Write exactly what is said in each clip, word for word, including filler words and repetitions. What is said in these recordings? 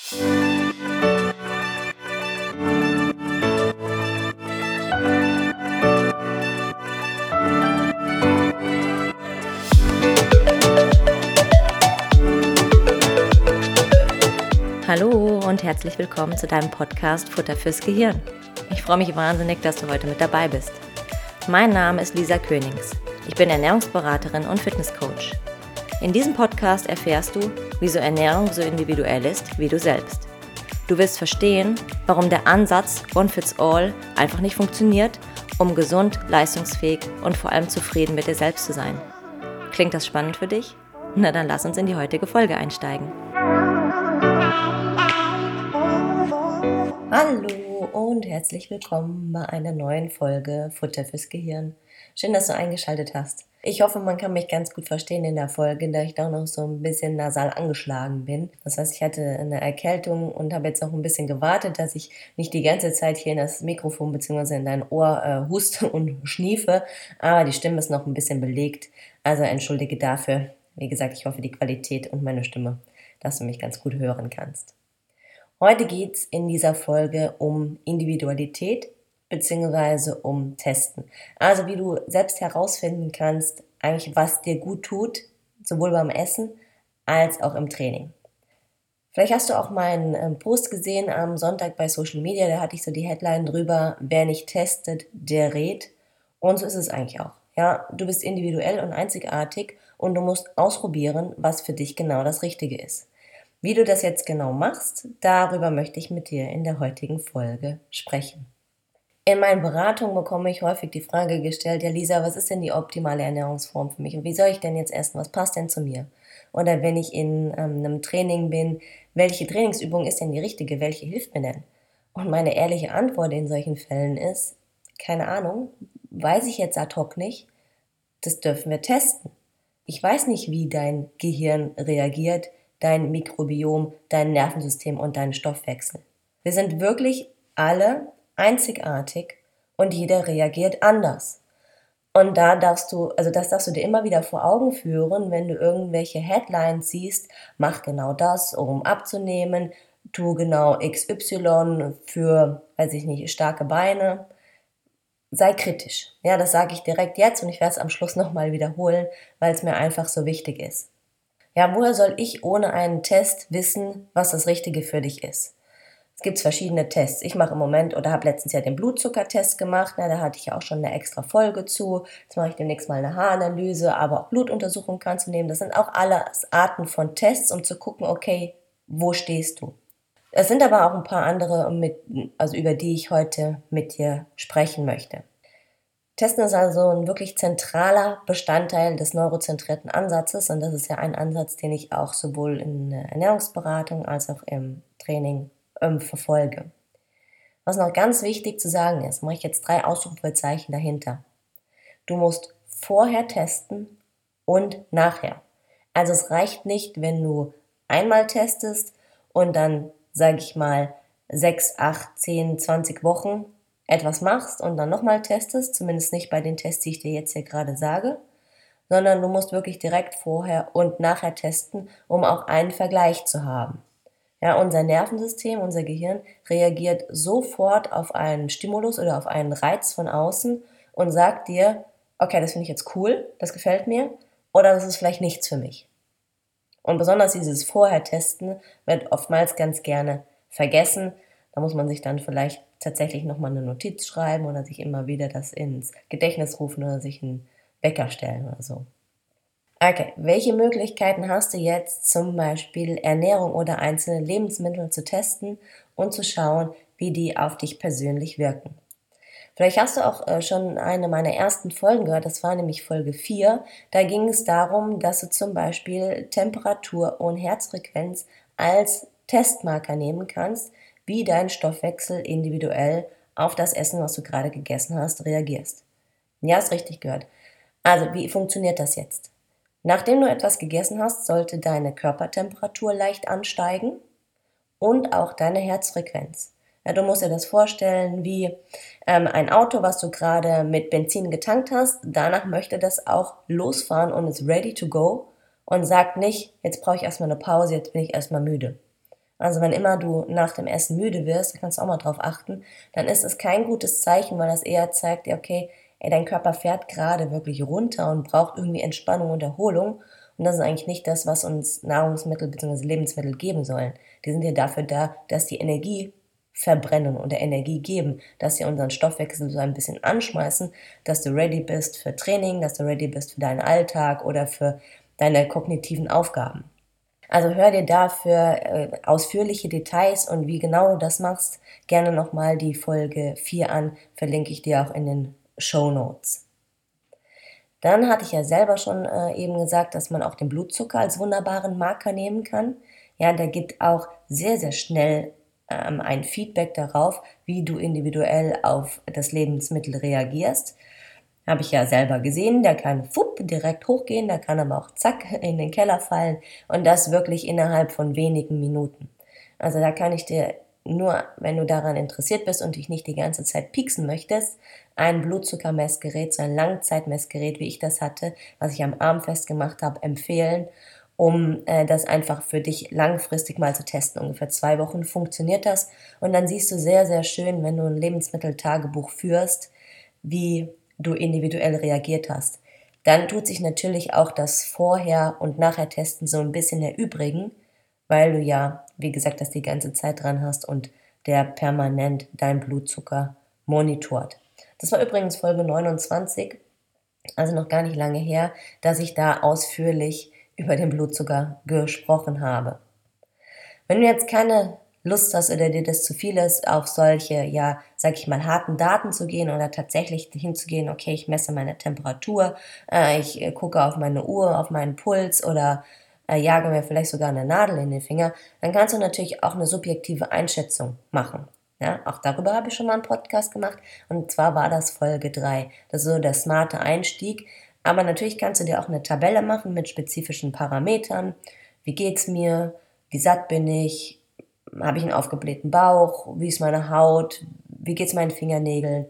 Hallo und herzlich willkommen zu deinem Podcast Futter fürs Gehirn. Ich freue mich wahnsinnig, dass du heute mit dabei bist. Mein Name ist Lisa Könings. Ich bin Ernährungsberaterin und Fitnesscoach. In diesem Podcast erfährst du, wieso Ernährung so individuell ist wie du selbst. Du wirst verstehen, warum der Ansatz One Fits All einfach nicht funktioniert, um gesund, leistungsfähig und vor allem zufrieden mit dir selbst zu sein. Klingt das spannend für dich? Na dann lass uns in die heutige Folge einsteigen. Hallo und herzlich willkommen bei einer neuen Folge Futter fürs Gehirn. Schön, dass du eingeschaltet hast. Ich hoffe, man kann mich ganz gut verstehen in der Folge, da ich doch noch so ein bisschen nasal angeschlagen bin. Das heißt, ich hatte eine Erkältung und habe jetzt noch ein bisschen gewartet, dass ich nicht die ganze Zeit hier in das Mikrofon bzw. in dein Ohr äh, huste und schniefe, aber die Stimme ist noch ein bisschen belegt, also entschuldige dafür. Wie gesagt, ich hoffe, die Qualität und meine Stimme, dass du mich ganz gut hören kannst. Heute geht es in dieser Folge um Individualität bzw. um Testen. Also wie du selbst herausfinden kannst, eigentlich was dir gut tut, sowohl beim Essen als auch im Training. Vielleicht hast du auch meinen Post gesehen am Sonntag bei Social Media, da hatte ich so die Headline drüber, wer nicht testet, der rät. Und so ist es eigentlich auch. Ja, du bist individuell und einzigartig und du musst ausprobieren, was für dich genau das Richtige ist. Wie du das jetzt genau machst, darüber möchte ich mit dir in der heutigen Folge sprechen. In meinen Beratungen bekomme ich häufig die Frage gestellt, ja Lisa, was ist denn die optimale Ernährungsform für mich und wie soll ich denn jetzt essen, was passt denn zu mir? Oder wenn ich in ähm, einem Training bin, welche Trainingsübung ist denn die richtige, welche hilft mir denn? Und meine ehrliche Antwort in solchen Fällen ist, keine Ahnung, weiß ich jetzt ad hoc nicht, das dürfen wir testen. Ich weiß nicht, wie dein Gehirn reagiert, dein Mikrobiom, dein Nervensystem und dein Stoffwechsel. Wir sind wirklich alle einzigartig und jeder reagiert anders. Und da darfst du, also das darfst du dir immer wieder vor Augen führen, wenn du irgendwelche Headlines siehst, mach genau das, um abzunehmen, tu genau X Y für, weiß ich nicht, starke Beine. Sei kritisch. Ja, das sage ich direkt jetzt und ich werde es am Schluss nochmal wiederholen, weil es mir einfach so wichtig ist. Ja, woher soll ich ohne einen Test wissen, was das Richtige für dich ist? Es gibt verschiedene Tests. Ich mache im Moment oder habe letztens ja den Blutzuckertest gemacht. Na, da hatte ich ja auch schon eine extra Folge zu. Jetzt mache ich demnächst mal eine Haaranalyse, aber auch Blutuntersuchungen kannst du nehmen. Das sind auch alles Arten von Tests, um zu gucken, okay, wo stehst du? Es sind aber auch ein paar andere, mit, also über die ich heute mit dir sprechen möchte. Testen ist also ein wirklich zentraler Bestandteil des neurozentrierten Ansatzes und das ist ja ein Ansatz, den ich auch sowohl in der Ernährungsberatung als auch im Training ähm, verfolge. Was noch ganz wichtig zu sagen ist, mache ich jetzt drei Ausrufezeichen dahinter. Du musst vorher testen und nachher. Also es reicht nicht, wenn du einmal testest und dann, sage ich mal, sechs, acht, zehn, zwanzig Wochen etwas machst und dann nochmal testest, zumindest nicht bei den Tests, die ich dir jetzt hier gerade sage, sondern du musst wirklich direkt vorher und nachher testen, um auch einen Vergleich zu haben. Ja, unser Nervensystem, unser Gehirn reagiert sofort auf einen Stimulus oder auf einen Reiz von außen und sagt dir, okay, das finde ich jetzt cool, das gefällt mir, oder das ist vielleicht nichts für mich. Und besonders dieses Vorher-Testen wird oftmals ganz gerne vergessen. Da muss man sich dann vielleicht tatsächlich nochmal eine Notiz schreiben oder sich immer wieder das ins Gedächtnis rufen oder sich einen Wecker stellen oder so. Okay, welche Möglichkeiten hast du jetzt, zum Beispiel Ernährung oder einzelne Lebensmittel zu testen und zu schauen, wie die auf dich persönlich wirken? Vielleicht hast du auch schon eine meiner ersten Folgen gehört, das war nämlich Folge vier. Da ging es darum, dass du zum Beispiel Temperatur und Herzfrequenz als Testmarker nehmen kannst, wie dein Stoffwechsel individuell auf das Essen, was du gerade gegessen hast, reagierst. Ja, hast richtig gehört. Also, wie funktioniert das jetzt? Nachdem du etwas gegessen hast, sollte deine Körpertemperatur leicht ansteigen und auch deine Herzfrequenz. Ja, du musst dir das vorstellen wie ähm, ein Auto, was du gerade mit Benzin getankt hast. Danach möchte das auch losfahren und ist ready to go und sagt nicht, jetzt brauche ich erstmal eine Pause, jetzt bin ich erstmal müde. Also wenn immer du nach dem Essen müde wirst, da kannst du auch mal drauf achten, dann ist es kein gutes Zeichen, weil das eher zeigt dir, okay, ey, dein Körper fährt gerade wirklich runter und braucht irgendwie Entspannung und Erholung. Und das ist eigentlich nicht das, was uns Nahrungsmittel bzw. Lebensmittel geben sollen. Die sind ja dafür da, dass die Energie verbrennen oder Energie geben, dass sie unseren Stoffwechsel so ein bisschen anschmeißen, dass du ready bist für Training, dass du ready bist für deinen Alltag oder für deine kognitiven Aufgaben. Also hör dir dafür äh, ausführliche Details und wie genau du das machst, gerne nochmal die Folge vier an, verlinke ich dir auch in den Show Notes. Dann hatte ich ja selber schon äh, eben gesagt, dass man auch den Blutzucker als wunderbaren Marker nehmen kann. Ja, der gibt auch sehr, sehr schnell ähm, ein Feedback darauf, wie du individuell auf das Lebensmittel reagierst. Habe ich ja selber gesehen, der kann fupp, direkt hochgehen, der kann aber auch zack in den Keller fallen und das wirklich innerhalb von wenigen Minuten. Also da kann ich dir nur, wenn du daran interessiert bist und dich nicht die ganze Zeit pieksen möchtest, ein Blutzuckermessgerät, so ein Langzeitmessgerät, wie ich das hatte, was ich am Arm festgemacht habe, empfehlen, um äh, das einfach für dich langfristig mal zu testen. Ungefähr zwei Wochen funktioniert das und dann siehst du sehr, sehr schön, wenn du ein Lebensmitteltagebuch führst, wie du individuell reagiert hast. Dann tut sich natürlich auch das Vorher- und Nachher-Testen so ein bisschen erübrigen, weil du ja, wie gesagt, das die ganze Zeit dran hast und der permanent deinen Blutzucker monitort. Das war übrigens Folge neunundzwanzig, also noch gar nicht lange her, dass ich da ausführlich über den Blutzucker gesprochen habe. Wenn du jetzt keine Lust hast oder dir das zu viel ist, auf solche, ja, sag ich mal, harten Daten zu gehen oder tatsächlich hinzugehen, okay, ich messe meine Temperatur, äh, ich äh, gucke auf meine Uhr, auf meinen Puls oder äh, jage mir vielleicht sogar eine Nadel in den Finger, dann kannst du natürlich auch eine subjektive Einschätzung machen. Ja, auch darüber habe ich schon mal einen Podcast gemacht und zwar war das Folge drei. Das ist so der smarte Einstieg. Aber natürlich kannst du dir auch eine Tabelle machen mit spezifischen Parametern. Wie geht's mir? Wie satt bin ich? Habe ich einen aufgeblähten Bauch? Wie ist meine Haut? Wie geht's meinen Fingernägeln?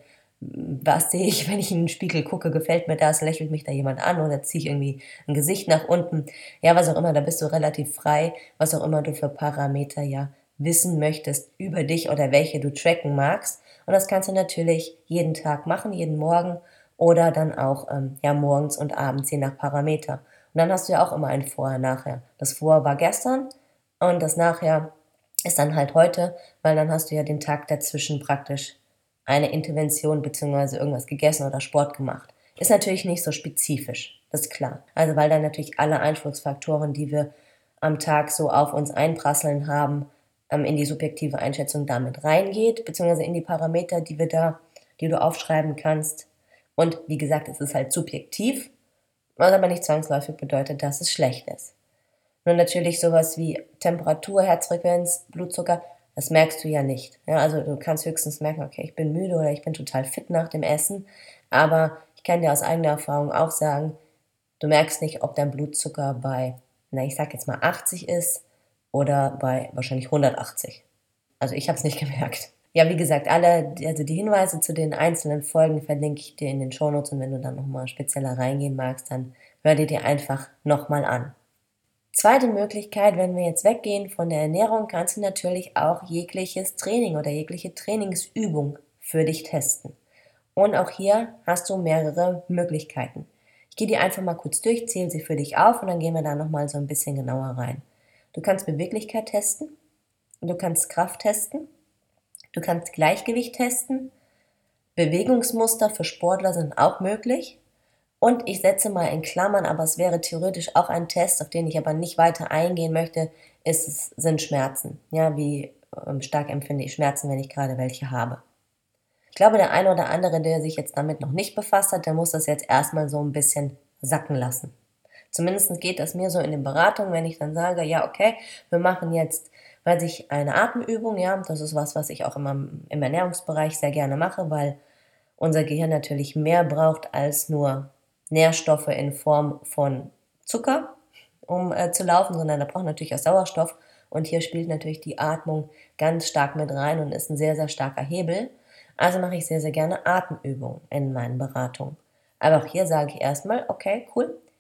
Was sehe ich, wenn ich in den Spiegel gucke? Gefällt mir das? Lächelt mich da jemand an oder ziehe ich irgendwie ein Gesicht nach unten? Ja, was auch immer, da bist du relativ frei, was auch immer du für Parameter ja wissen möchtest über dich oder welche du tracken magst. Und das kannst du natürlich jeden Tag machen, jeden Morgen oder dann auch ähm, ja morgens und abends, je nach Parameter. Und dann hast du ja auch immer ein Vorher-Nachher. Das Vorher war gestern und das Nachher ist dann halt heute, weil dann hast du ja den Tag dazwischen praktisch eine Intervention beziehungsweise irgendwas gegessen oder Sport gemacht. Ist natürlich nicht so spezifisch, das ist klar. Also weil dann natürlich alle Einflussfaktoren, die wir am Tag so auf uns einprasseln haben, ähm, in die subjektive Einschätzung damit reingeht, beziehungsweise in die Parameter, die wir da, die du aufschreiben kannst. Und wie gesagt, es ist halt subjektiv, was aber nicht zwangsläufig bedeutet, dass es schlecht ist. Nur natürlich sowas wie Temperatur, Herzfrequenz, Blutzucker, das merkst du ja nicht. Ja, also du kannst höchstens merken, okay, ich bin müde oder ich bin total fit nach dem Essen. Aber ich kann dir aus eigener Erfahrung auch sagen, du merkst nicht, ob dein Blutzucker bei, na ich sag jetzt mal achtzig ist oder bei wahrscheinlich hundertachtzig. Also ich habe es nicht gemerkt. Ja, wie gesagt, alle, also die Hinweise zu den einzelnen Folgen verlinke ich dir in den Shownotes und wenn du dann nochmal spezieller reingehen magst, dann hör dir die einfach nochmal an. Zweite Möglichkeit, wenn wir jetzt weggehen von der Ernährung, kannst du natürlich auch jegliches Training oder jegliche Trainingsübung für dich testen. Und auch hier hast du mehrere Möglichkeiten. Ich gehe die einfach mal kurz durch, zähle sie für dich auf und dann gehen wir da nochmal so ein bisschen genauer rein. Du kannst Beweglichkeit testen, du kannst Kraft testen, du kannst Gleichgewicht testen, Bewegungsmuster für Sportler sind auch möglich. Und ich setze mal in Klammern, aber es wäre theoretisch auch ein Test, auf den ich aber nicht weiter eingehen möchte, ist, es sind Schmerzen. Ja, wie ähm, stark empfinde ich Schmerzen, wenn ich gerade welche habe. Ich glaube, der eine oder andere, der sich jetzt damit noch nicht befasst hat, der muss das jetzt erstmal so ein bisschen sacken lassen. Zumindest geht das mir so in den Beratungen, wenn ich dann sage, ja, okay, wir machen jetzt, weiß ich, eine Atemübung, ja, das ist was, was ich auch immer im Ernährungsbereich sehr gerne mache, weil unser Gehirn natürlich mehr braucht als nur Nährstoffe in Form von Zucker, um äh, zu laufen, sondern er braucht natürlich auch Sauerstoff. Und hier spielt natürlich die Atmung ganz stark mit rein und ist ein sehr, sehr starker Hebel. Also mache ich sehr, sehr gerne Atemübungen in meinen Beratungen. Aber auch hier sage ich erstmal, okay, cool,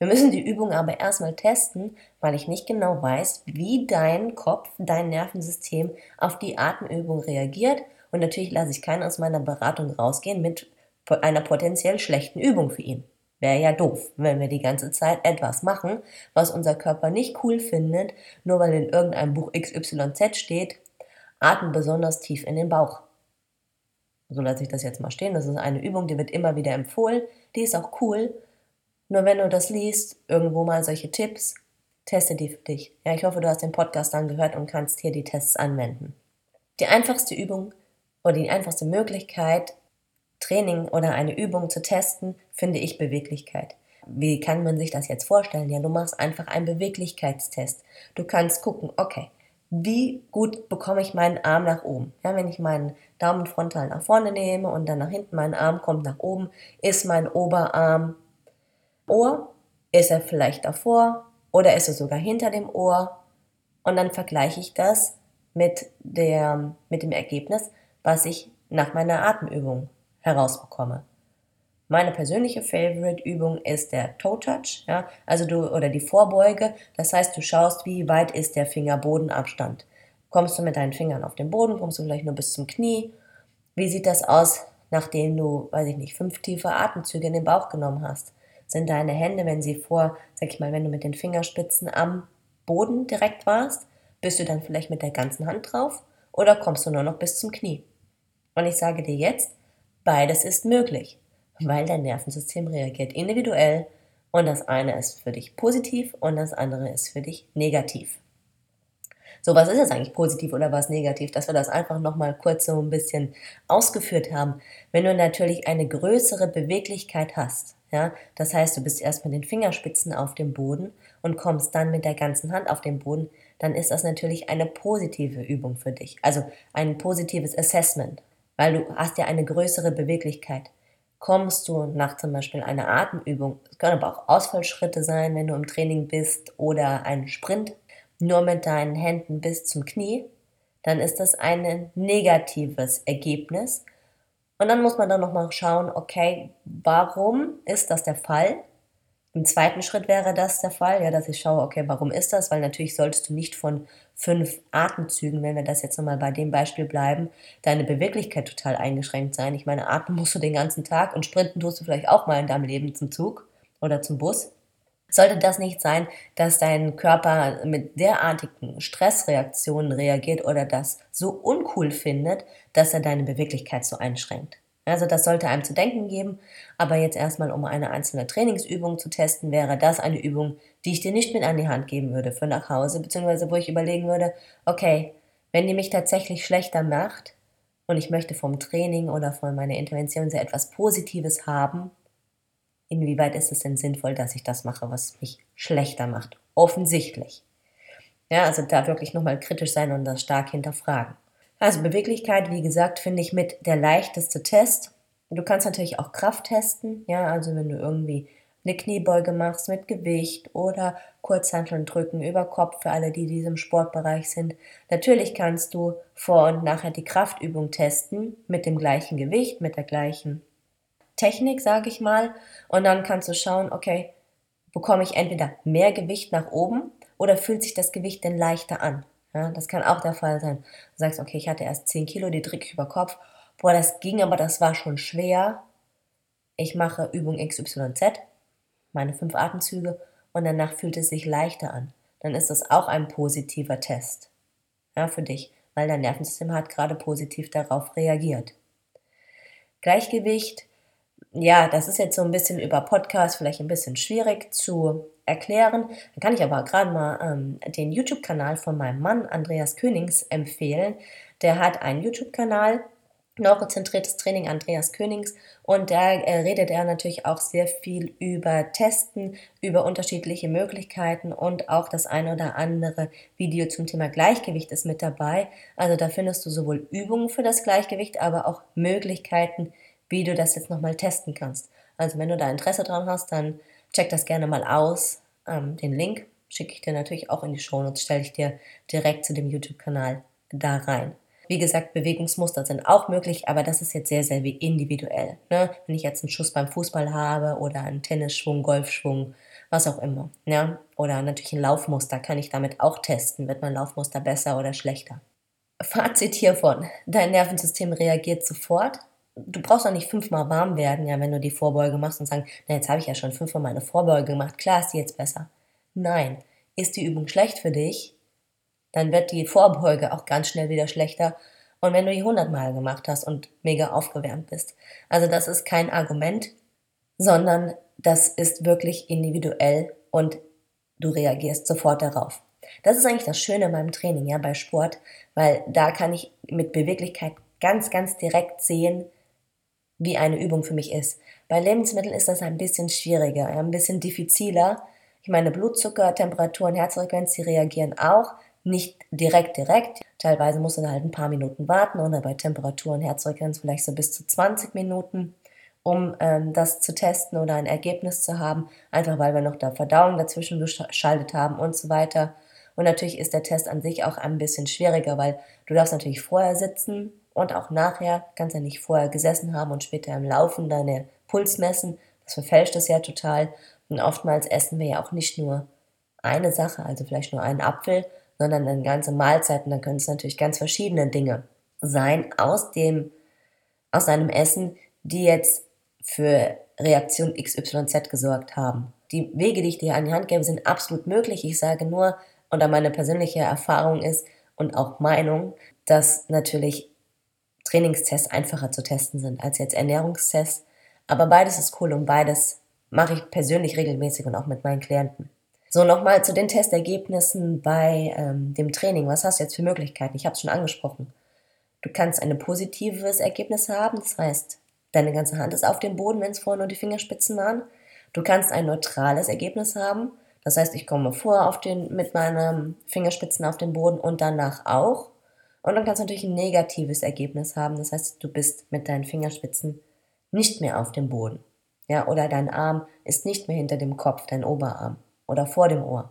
Wir müssen die Übung aber erstmal testen, weil ich nicht genau weiß, wie dein Kopf, dein Nervensystem auf die Atemübung reagiert. Und natürlich lasse ich keinen aus meiner Beratung rausgehen mit einer potenziell schlechten Übung für ihn. Wäre ja doof, wenn wir die ganze Zeit etwas machen, was unser Körper nicht cool findet, nur weil in irgendeinem Buch X Y Z steht, atme besonders tief in den Bauch. So lasse ich das jetzt mal stehen. Das ist eine Übung, die wird immer wieder empfohlen. Die ist auch cool. Nur wenn du das liest, irgendwo mal solche Tipps, teste die für dich. Ja, ich hoffe, du hast den Podcast dann gehört und kannst hier die Tests anwenden. Die einfachste Übung oder die einfachste Möglichkeit, Training oder eine Übung zu testen, finde ich Beweglichkeit. Wie kann man sich das jetzt vorstellen? Ja, du machst einfach einen Beweglichkeitstest. Du kannst gucken, okay, wie gut bekomme ich meinen Arm nach oben? Ja, wenn ich meinen Daumen frontal nach vorne nehme und dann nach hinten, mein Arm kommt nach oben, ist mein Oberarm Ohr? Ist er vielleicht davor oder ist er sogar hinter dem Ohr? Und dann vergleiche ich das mit, der, mit dem Ergebnis, was ich nach meiner Atemübung herausbekomme. Meine persönliche Favorite-Übung ist der Toe Touch, ja, also du, oder die Vorbeuge. Das heißt, du schaust, wie weit ist der Finger-Boden-Abstand. Kommst du mit deinen Fingern auf den Boden, kommst du vielleicht nur bis zum Knie? Wie sieht das aus, nachdem du, weiß ich nicht, fünf tiefe Atemzüge in den Bauch genommen hast? Sind deine Hände, wenn sie vor, sag ich mal, wenn du mit den Fingerspitzen am Boden direkt warst, bist du dann vielleicht mit der ganzen Hand drauf oder kommst du nur noch bis zum Knie? Und ich sage dir jetzt, beides ist möglich, weil dein Nervensystem reagiert individuell und das eine ist für dich positiv und das andere ist für dich negativ. So, was ist jetzt eigentlich positiv oder was negativ, dass wir das einfach nochmal kurz so ein bisschen ausgeführt haben. Wenn du natürlich eine größere Beweglichkeit hast, ja, das heißt, du bist erst mit den Fingerspitzen auf dem Boden und kommst dann mit der ganzen Hand auf den Boden, dann ist das natürlich eine positive Übung für dich. Also ein positives Assessment, weil du hast ja eine größere Beweglichkeit. Kommst du nach zum Beispiel einer Atemübung, es können aber auch Ausfallschritte sein, wenn du im Training bist oder einen Sprint, nur mit deinen Händen bis zum Knie, dann ist das ein negatives Ergebnis. Und dann muss man dann nochmal schauen, okay, warum ist das der Fall? Im zweiten Schritt wäre das der Fall, ja, dass ich schaue, okay, warum ist das? Weil natürlich solltest du nicht von fünf Atemzügen, wenn wir das jetzt nochmal bei dem Beispiel bleiben, deine Beweglichkeit total eingeschränkt sein. Ich meine, atmen musst du den ganzen Tag und sprinten tust du vielleicht auch mal in deinem Leben zum Zug oder zum Bus. Sollte das nicht sein, dass dein Körper mit derartigen Stressreaktionen reagiert oder das so uncool findet, dass er deine Beweglichkeit so einschränkt. Also das sollte einem zu denken geben, aber jetzt erstmal, um eine einzelne Trainingsübung zu testen, wäre das eine Übung, die ich dir nicht mit an die Hand geben würde für nach Hause, beziehungsweise wo ich überlegen würde, okay, wenn die mich tatsächlich schlechter macht und ich möchte vom Training oder von meiner Intervention sehr etwas Positives haben, inwieweit ist es denn sinnvoll, dass ich das mache, was mich schlechter macht? Offensichtlich. Ja, also da wirklich nochmal kritisch sein und das stark hinterfragen. Also Beweglichkeit, wie gesagt, finde ich mit der leichteste Test. Du kannst natürlich auch Kraft testen, ja, also wenn du irgendwie eine Kniebeuge machst mit Gewicht oder Kurzhanteln drücken über Kopf für alle, die in diesem Sportbereich sind. Natürlich kannst du vor und nachher die Kraftübung testen mit dem gleichen Gewicht, mit der gleichen Technik, sage ich mal. Und dann kannst du schauen, okay, bekomme ich entweder mehr Gewicht nach oben oder fühlt sich das Gewicht denn leichter an? Ja, das kann auch der Fall sein. Du sagst, okay, ich hatte erst zehn Kilo, die drücke ich über Kopf. Boah, das ging, aber das war schon schwer. Ich mache Übung X Y Z, meine fünf Atemzüge, und danach fühlt es sich leichter an. Dann ist das auch ein positiver Test, ja, für dich, weil dein Nervensystem hat gerade positiv darauf reagiert. Gleichgewicht, ja, das ist jetzt so ein bisschen über Podcast vielleicht ein bisschen schwierig zu erklären. Dann kann ich aber gerade mal ähm, den YouTube-Kanal von meinem Mann Andreas Königs empfehlen. Der hat einen YouTube-Kanal, Neurozentriertes Training Andreas Königs, und da äh, redet er natürlich auch sehr viel über Testen, über unterschiedliche Möglichkeiten und auch das eine oder andere Video zum Thema Gleichgewicht ist mit dabei. Also da findest du sowohl Übungen für das Gleichgewicht, aber auch Möglichkeiten, wie du das jetzt nochmal testen kannst. Also wenn du da Interesse dran hast, dann check das gerne mal aus. Ähm, den Link schicke ich dir natürlich auch in die Shownotes, stelle ich dir direkt zu dem YouTube-Kanal da rein. Wie gesagt, Bewegungsmuster sind auch möglich, aber das ist jetzt sehr, sehr individuell. Ne? Wenn ich jetzt einen Schuss beim Fußball habe oder einen Tennisschwung, Golfschwung, was auch immer, ja. Oder natürlich ein Laufmuster kann ich damit auch testen. Wird mein Laufmuster besser oder schlechter? Fazit hiervon: Dein Nervensystem reagiert sofort. Du brauchst auch nicht fünfmal warm werden, ja, wenn du die Vorbeuge machst und sagen: „Na, jetzt habe ich ja schon fünfmal meine Vorbeuge gemacht, klar ist die jetzt besser.“ Nein. Ist die Übung schlecht für dich, dann wird die Vorbeuge auch ganz schnell wieder schlechter und wenn du die hundertmal gemacht hast und mega aufgewärmt bist. Also, das ist kein Argument, sondern das ist wirklich individuell und du reagierst sofort darauf. Das ist eigentlich das Schöne beim Training, ja, bei Sport, weil da kann ich mit Beweglichkeit ganz, ganz direkt sehen, wie eine Übung für mich ist. Bei Lebensmitteln ist das ein bisschen schwieriger, ja, ein bisschen diffiziler. Ich meine, Blutzucker, Temperatur und Herzfrequenz, die reagieren auch, nicht direkt, direkt. Teilweise musst du da halt ein paar Minuten warten oder bei Temperatur und Herzfrequenz vielleicht so bis zu zwanzig Minuten, um ähm, das zu testen oder ein Ergebnis zu haben, einfach weil wir noch da Verdauung dazwischen geschaltet haben und so weiter. Und natürlich ist der Test an sich auch ein bisschen schwieriger, weil du darfst natürlich vorher sitzen und auch nachher, kannst ja nicht vorher gesessen haben und später im Laufen deine Puls messen. Das verfälscht es ja total. Und oftmals essen wir ja auch nicht nur eine Sache, also vielleicht nur einen Apfel, sondern eine ganze Mahlzeit. Und dann können es natürlich ganz verschiedene Dinge sein aus dem, aus deinem Essen, die jetzt für Reaktion X Y Z gesorgt haben. Die Wege, die ich dir an die Hand gebe, sind absolut möglich. Ich sage nur, oder meine persönliche Erfahrung ist und auch Meinung, dass natürlich Trainingstests einfacher zu testen sind als jetzt Ernährungstests. Aber beides ist cool und beides mache ich persönlich regelmäßig und auch mit meinen Klienten. So, nochmal zu den Testergebnissen bei ähm, dem Training. Was hast du jetzt für Möglichkeiten? Ich habe es schon angesprochen. Du kannst ein positives Ergebnis haben, das heißt, deine ganze Hand ist auf dem Boden, wenn es vorher nur die Fingerspitzen waren. Du kannst ein neutrales Ergebnis haben, das heißt, ich komme vor auf den, mit meinen Fingerspitzen auf den Boden und danach auch. Und dann kannst du natürlich ein negatives Ergebnis haben, das heißt, du bist mit deinen Fingerspitzen nicht mehr auf dem Boden. Ja, oder dein Arm ist nicht mehr hinter dem Kopf, dein Oberarm oder vor dem Ohr.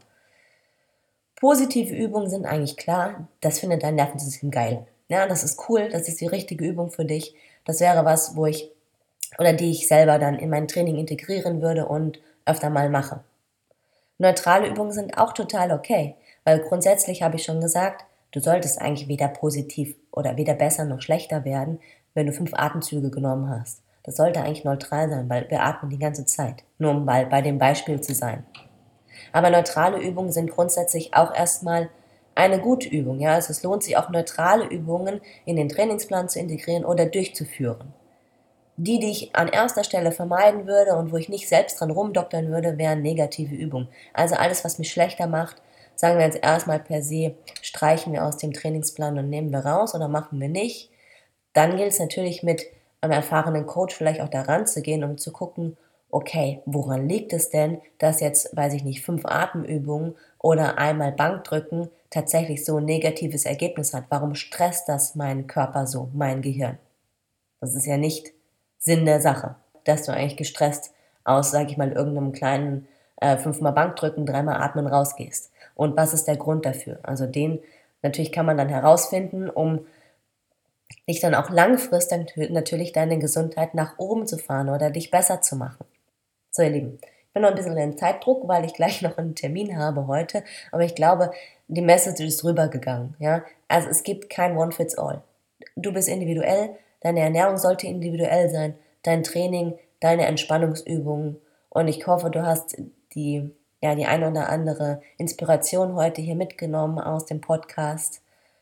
Positive Übungen sind eigentlich klar, das findet dein Nervensystem geil. Ja, das ist cool, das ist die richtige Übung für dich. Das wäre was, wo ich oder die ich selber dann in mein Training integrieren würde und öfter mal mache. Neutrale Übungen sind auch total okay, weil grundsätzlich habe ich schon gesagt, du solltest eigentlich weder positiv oder weder besser noch schlechter werden, wenn du fünf Atemzüge genommen hast. Das sollte eigentlich neutral sein, weil wir atmen die ganze Zeit, nur um bei, bei dem Beispiel zu sein. Aber neutrale Übungen sind grundsätzlich auch erstmal eine gute Übung. Ja? Also es lohnt sich auch, neutrale Übungen in den Trainingsplan zu integrieren oder durchzuführen. Die, die ich an erster Stelle vermeiden würde und wo ich nicht selbst dran rumdoktern würde, wären negative Übungen. Also alles, was mich schlechter macht, sagen wir jetzt erstmal per se, streichen wir aus dem Trainingsplan und nehmen wir raus oder machen wir nicht. Dann gilt es natürlich mit einem erfahrenen Coach vielleicht auch daran zu gehen, um zu gucken, okay, woran liegt es denn, dass jetzt, weiß ich nicht, fünf Atemübungen oder einmal Bankdrücken tatsächlich so ein negatives Ergebnis hat? Warum stresst das meinen Körper so, mein Gehirn? Das ist ja nicht Sinn der Sache, dass du eigentlich gestresst aus, sage ich mal, irgendeinem kleinen äh, fünfmal Bankdrücken, dreimal Atmen rausgehst. Und was ist der Grund dafür? Also den natürlich kann man dann herausfinden, um dich dann auch langfristig natürlich deine Gesundheit nach oben zu fahren oder dich besser zu machen. So, ihr Lieben, ich bin noch ein bisschen in Zeitdruck, weil ich gleich noch einen Termin habe heute, aber ich glaube, die Message ist rübergegangen. Ja? Also es gibt kein One-Fits-All. Du bist individuell, deine Ernährung sollte individuell sein, dein Training, deine Entspannungsübungen und ich hoffe, du hast die, ja, die eine oder andere Inspiration heute hier mitgenommen aus dem Podcast,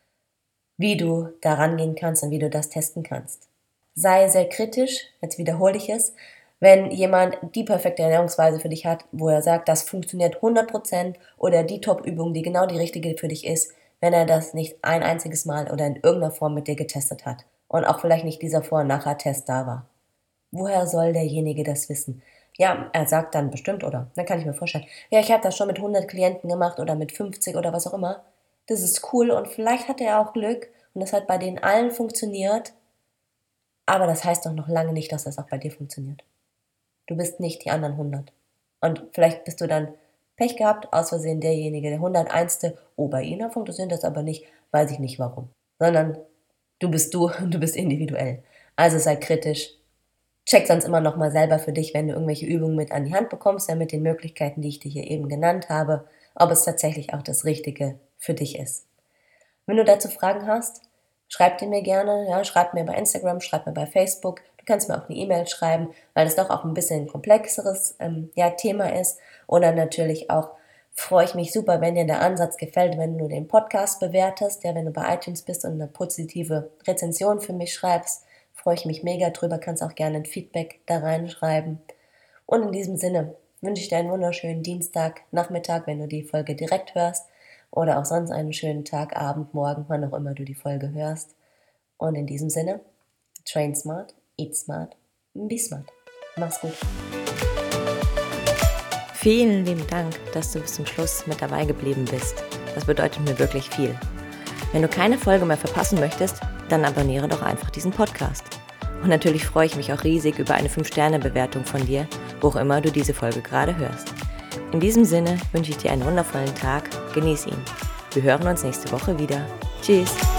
wie du da rangehen kannst und wie du das testen kannst. Sei sehr kritisch, jetzt wiederhole ich es, wenn jemand die perfekte Ernährungsweise für dich hat, wo er sagt, das funktioniert hundert Prozent oder die Top-Übung, die genau die richtige für dich ist, wenn er das nicht ein einziges Mal oder in irgendeiner Form mit dir getestet hat und auch vielleicht nicht dieser Vor- und Nachher-Test da war. Woher soll derjenige das wissen? Ja, er sagt dann bestimmt, oder dann kann ich mir vorstellen, ja, ich habe das schon mit hundert Klienten gemacht oder mit fünfzig oder was auch immer. Das ist cool und vielleicht hat er auch Glück und das hat bei denen allen funktioniert, aber das heißt doch noch lange nicht, dass das auch bei dir funktioniert. Du bist nicht die anderen hundert. Und vielleicht bist du dann Pech gehabt, aus Versehen derjenige, der hunderteins. Oh, bei ihnen funktioniert das aber nicht, weiß ich nicht warum. Sondern du bist du und du bist individuell. Also sei kritisch Check sonst immer noch mal selber für dich, wenn du irgendwelche Übungen mit an die Hand bekommst, ja, mit den Möglichkeiten, die ich dir hier eben genannt habe, ob es tatsächlich auch das Richtige für dich ist. Wenn du dazu Fragen hast, schreib die mir gerne, ja, schreib mir bei Instagram, schreib mir bei Facebook. Du kannst mir auch eine E-Mail schreiben, weil es doch auch ein bisschen ein komplexeres ähm, ja, Thema ist. Oder natürlich auch freue ich mich super, wenn dir der Ansatz gefällt, wenn du den Podcast bewertest, ja, wenn du bei iTunes bist und eine positive Rezension für mich schreibst, freue ich mich mega drüber, kannst auch gerne ein Feedback da reinschreiben. Und in diesem Sinne wünsche ich dir einen wunderschönen Dienstag, Nachmittag, wenn du die Folge direkt hörst, oder auch sonst einen schönen Tag, Abend, Morgen, wann auch immer du die Folge hörst. Und in diesem Sinne, train smart, eat smart, be smart. Mach's gut. Vielen lieben Dank, dass du bis zum Schluss mit dabei geblieben bist. Das bedeutet mir wirklich viel. Wenn du keine Folge mehr verpassen möchtest, dann abonniere doch einfach diesen Podcast. Und natürlich freue ich mich auch riesig über eine fünf Sterne Bewertung von dir, wo auch immer du diese Folge gerade hörst. In diesem Sinne wünsche ich dir einen wundervollen Tag, genieß ihn. Wir hören uns nächste Woche wieder. Tschüss!